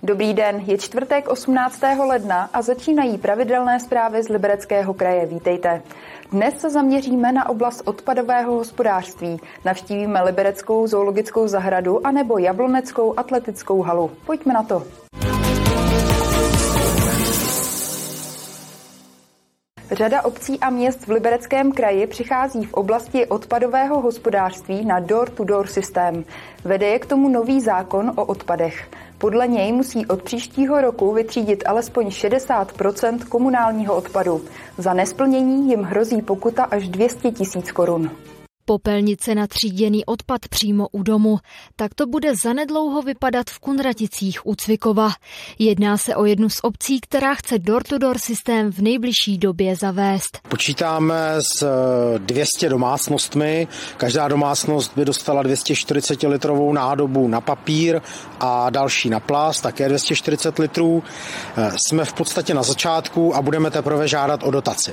Dobrý den, je čtvrtek 18. ledna a začínají pravidelné zprávy z Libereckého kraje. Vítejte. Dnes se zaměříme na oblast odpadového hospodářství. Navštívíme Libereckou zoologickou zahradu anebo Jabloneckou atletickou halu. Pojďme na to. Řada obcí a měst v Libereckém kraji přichází v oblasti odpadového hospodářství na door-to-door systém. Vede je k tomu nový zákon o odpadech. Podle něj musí od příštího roku vytřídit alespoň 60% komunálního odpadu. Za nesplnění jim hrozí pokuta až 200 000 korun. Popelnice na tříděný odpad přímo u domu. Tak to bude zanedlouho vypadat v Kunraticích u Cvikova. Jedná se o jednu z obcí, která chce door-to-door systém v nejbližší době zavést. Počítáme s 200 domácnostmi. Každá domácnost by dostala 240-litrovou nádobu na papír a další na plast, také 240 litrů. Jsme v podstatě na začátku a budeme teprve žádat o dotaci.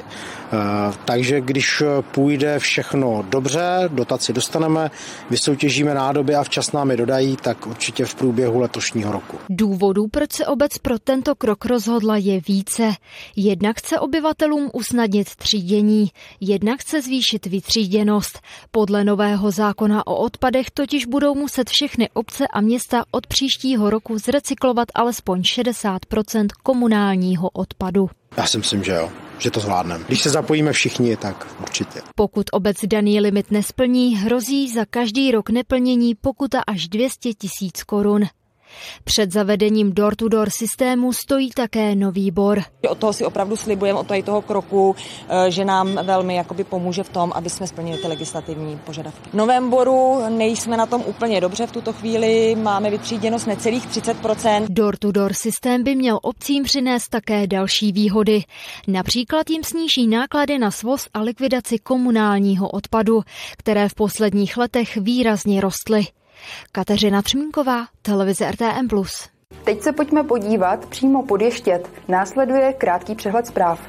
Takže když půjde všechno dobře, dotaci dostaneme, vysoutěžíme nádoby a včas nám je dodají, tak určitě v průběhu letošního roku. Důvodů, proč se obec pro tento krok rozhodla, je více. Jednak chce obyvatelům usnadnit třídění, jednak chce zvýšit vytříděnost. Podle nového zákona o odpadech totiž budou muset všechny obce a města od příštího roku zrecyklovat alespoň 60% komunálního odpadu. Já si myslím, že jo, že to zvládneme. Když se zapojíme všichni, tak určitě. Pokud obec daný limit nesplní, hrozí za každý rok neplnění pokuta až 200 000 korun. Před zavedením door-to-door systému stojí také nový bor. Od toho si opravdu slibujeme, od toho kroku, že nám velmi pomůže v tom, aby jsme splnili ty legislativní požadavky. V Novém Boru nejsme na tom úplně dobře v tuto chvíli, máme vytříděnost necelých 30%. Door-to-door systém by měl obcím přinést také další výhody. Například jim sníží náklady na svoz a likvidaci komunálního odpadu, které v posledních letech výrazně rostly. Kateřina Třmínková, televize RTM+. Teď se pojďme podívat přímo pod Ještěd. Následuje krátký přehled zpráv.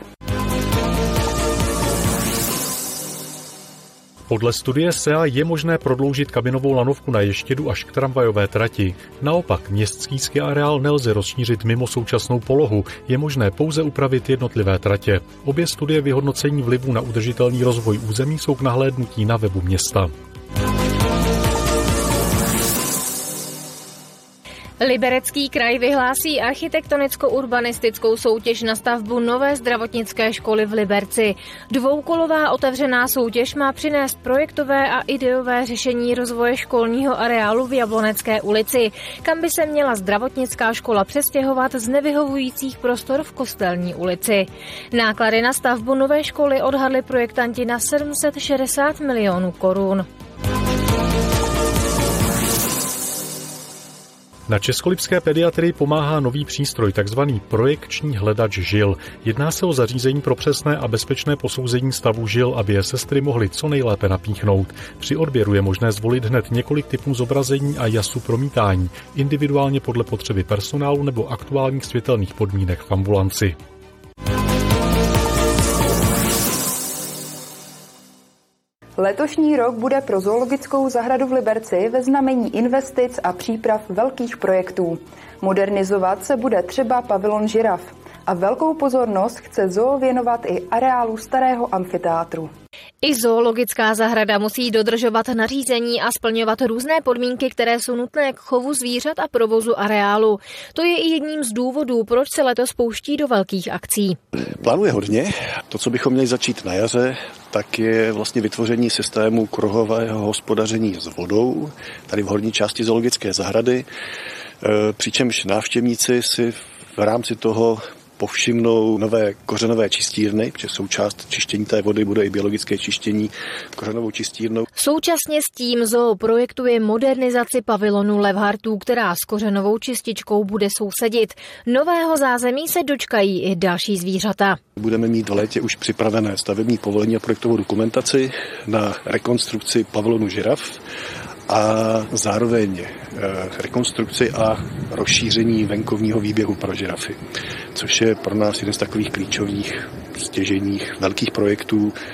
Podle studie SEA je možné prodloužit kabinovou lanovku na Ještědu až k tramvajové trati. Naopak městský ski areál nelze rozšířit mimo současnou polohu, je možné pouze upravit jednotlivé tratě. Obě studie vyhodnocení vlivu na udržitelný rozvoj území jsou k nahlédnutí na webu města. Liberecký kraj vyhlásí architektonicko-urbanistickou soutěž na stavbu nové zdravotnické školy v Liberci. Dvoukolová otevřená soutěž má přinést projektové a ideové řešení rozvoje školního areálu v Jablonecké ulici, kam by se měla zdravotnická škola přestěhovat z nevyhovujících prostor v Kostelní ulici. Náklady na stavbu nové školy odhadli projektanti na 760 milionů korun. Na českolipské pediatrii pomáhá nový přístroj, takzvaný projekční hledač žil. Jedná se o zařízení pro přesné a bezpečné posouzení stavu žil, aby je sestry mohly co nejlépe napíchnout. Při odběru je možné zvolit hned několik typů zobrazení a jasu promítání, individuálně podle potřeby personálu nebo aktuálních světelných podmínek v ambulanci. Letošní rok bude pro zoologickou zahradu v Liberci ve znamení investic a příprav velkých projektů. Modernizovat se bude třeba pavilon žiraf a velkou pozornost chce zoo věnovat i areálu starého amfiteátru. I zoologická zahrada musí dodržovat nařízení a splňovat různé podmínky, které jsou nutné k chovu zvířat a provozu areálu. To je i jedním z důvodů, proč se letos pouští do velkých akcí. Plánuje hodně. To, co bychom měli začít na jaře, tak je vlastně vytvoření systému kruhového hospodaření s vodou, tady v horní části zoologické zahrady, přičemž návštěvníci si v rámci toho povšimnou nové kořenové čistírny, protože součást čištění té vody bude i biologické čištění kořenovou čistírnou. Současně s tím zoo projektuje modernizaci pavilonu Levhartů, která s kořenovou čističkou bude sousedit. Nového zázemí se dočkají i další zvířata. Budeme mít v létě už připravené stavební povolení a projektovou dokumentaci na rekonstrukci pavilonu žiraf a zároveň rekonstrukci a rozšíření venkovního výběhu pro žirafy, což je pro nás jeden z takových klíčových, stěžejních velkých projektů,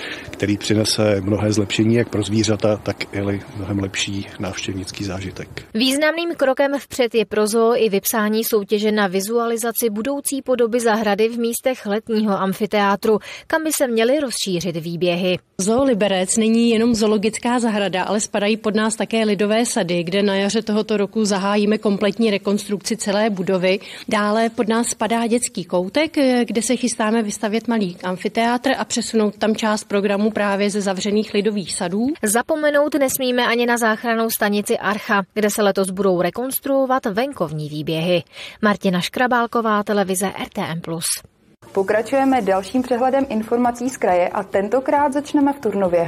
který přinese mnohé zlepšení jak pro zvířata, tak i mnohem lepší návštěvnický zážitek. Významným krokem vpřed je pro zoo i vypsání soutěže na vizualizaci budoucí podoby zahrady v místech letního amfiteátru, kam by se měly rozšířit výběhy. Zoo Liberec není jenom zoologická zahrada, ale spadají pod nás také lidové sady, kde na jaře tohoto roku zahájíme kompletní rekonstrukci celé budovy. Dále pod nás spadá dětský koutek, kde se chystáme vystavět malý amfiteátr a přesunout tam část programu právě ze zavřených lidových sadů. Zapomenout nesmíme ani na záchrannou stanici Archa, kde se letos budou rekonstruovat venkovní výběhy. Martina Škrabálková, televize RTM+. Pokračujeme dalším přehledem informací z kraje a tentokrát začneme v Turnově.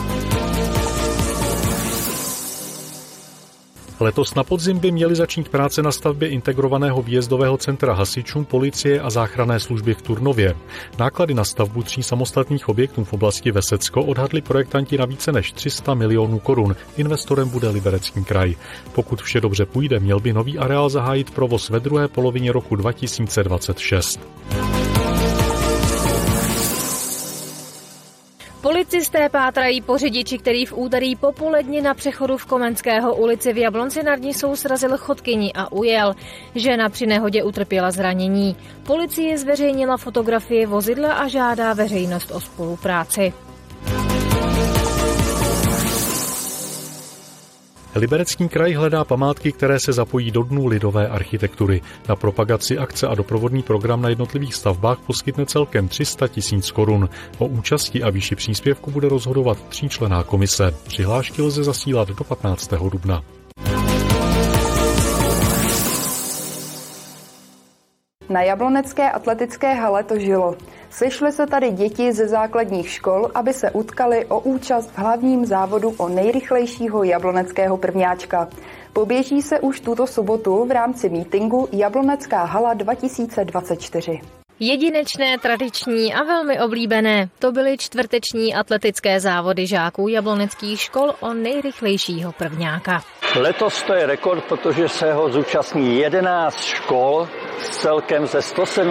Letos na podzim by měly začít práce na stavbě integrovaného výjezdového centra hasičů, policie a záchranné služby v Turnově. Náklady na stavbu 3 samostatných objektů v oblasti Vesecko odhadli projektanti na více než 300 milionů korun. Investorem bude Liberecký kraj. Pokud vše dobře půjde, měl by nový areál zahájit provoz ve druhé polovině roku 2026. Policisté pátrají po řidiči, který v úterý popoledni na přechodu v Komenského ulici v Jablonci nad Nisou srazil chodkyni a ujel. Žena při nehodě utrpěla zranění. Policie zveřejnila fotografie vozidla a žádá veřejnost o spolupráci. Liberecký kraj hledá památky, které se zapojí do dnů lidové architektury. Na propagaci akce a doprovodný program na jednotlivých stavbách poskytne celkem 300 000 korun. O účasti a výši příspěvku bude rozhodovat 3členná komise. Přihlášky lze zasílat do 15. dubna. Na jablonecké atletické hale to žilo. Sešly se tady děti ze základních škol, aby se utkali o účast v hlavním závodu o nejrychlejšího jabloneckého prvňáčka. Poběží se už tuto sobotu v rámci mítinku Jablonecká hala 2024. Jedinečné, tradiční a velmi oblíbené. To byly čtvrteční atletické závody žáků jabloneckých škol o nejrychlejšího prvňáka. Letos to je rekord, protože se ho zúčastní 11 škol celkem ze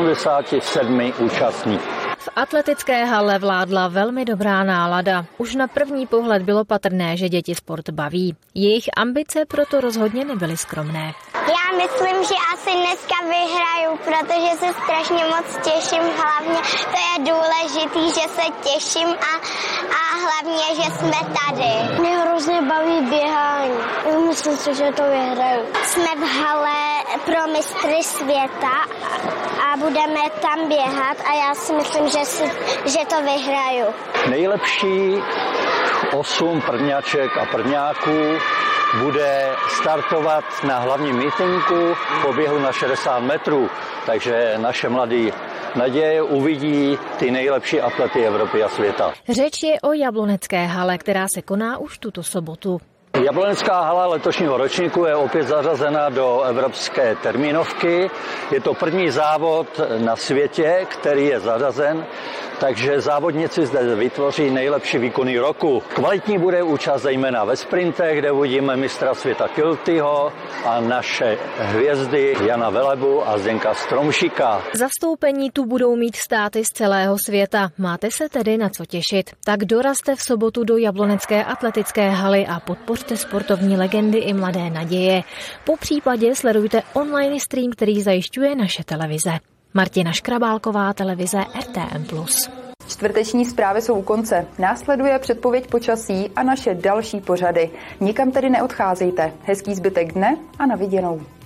177 účastníků. V atletické hale vládla velmi dobrá nálada. Už na první pohled bylo patrné, že děti sport baví. Jejich ambice proto rozhodně nebyly skromné. Já myslím, že asi dneska vyhraju, protože se strašně moc těším. Hlavně to je důležitý, že se těším a hlavně, že jsme tady. Mě hrozně baví běhání. Myslím si, že to vyhraju. Jsme v hale pro mistry světa a budeme tam běhat a já si myslím, že to vyhraju. Nejlepší 8 prvňáček a prvňáků bude startovat na hlavním mítinku po běhu na 60 metrů, takže naše mladí naděje uvidí ty nejlepší atlety Evropy a světa. Řeč je o jablonecké hale, která se koná už tuto sobotu. Jablonecká hala letošního ročníku je opět zařazena do evropské termínovky. Je to první závod na světě, který je zařazen, takže závodníci zde vytvoří nejlepší výkony roku. Kvalitní bude účast zejména ve sprintech, kde uvidíme mistra světa Kiltyho a naše hvězdy Jana Velebu a Zdenka Stromšika. Zastoupení tu budou mít státy z celého světa. Máte se tedy na co těšit. Tak dorazte v sobotu do Jablonecké atletické haly a podpořte sportovní legendy i mladé naděje. Po případě sledujte online stream, který zajišťuje naše televize. Martina Škrabálková, televize RTM+. Čtvrteční zprávy jsou u konce. Následuje předpověď počasí a naše další pořady. Nikam tedy neodcházejte. Hezký zbytek dne a na viděnou.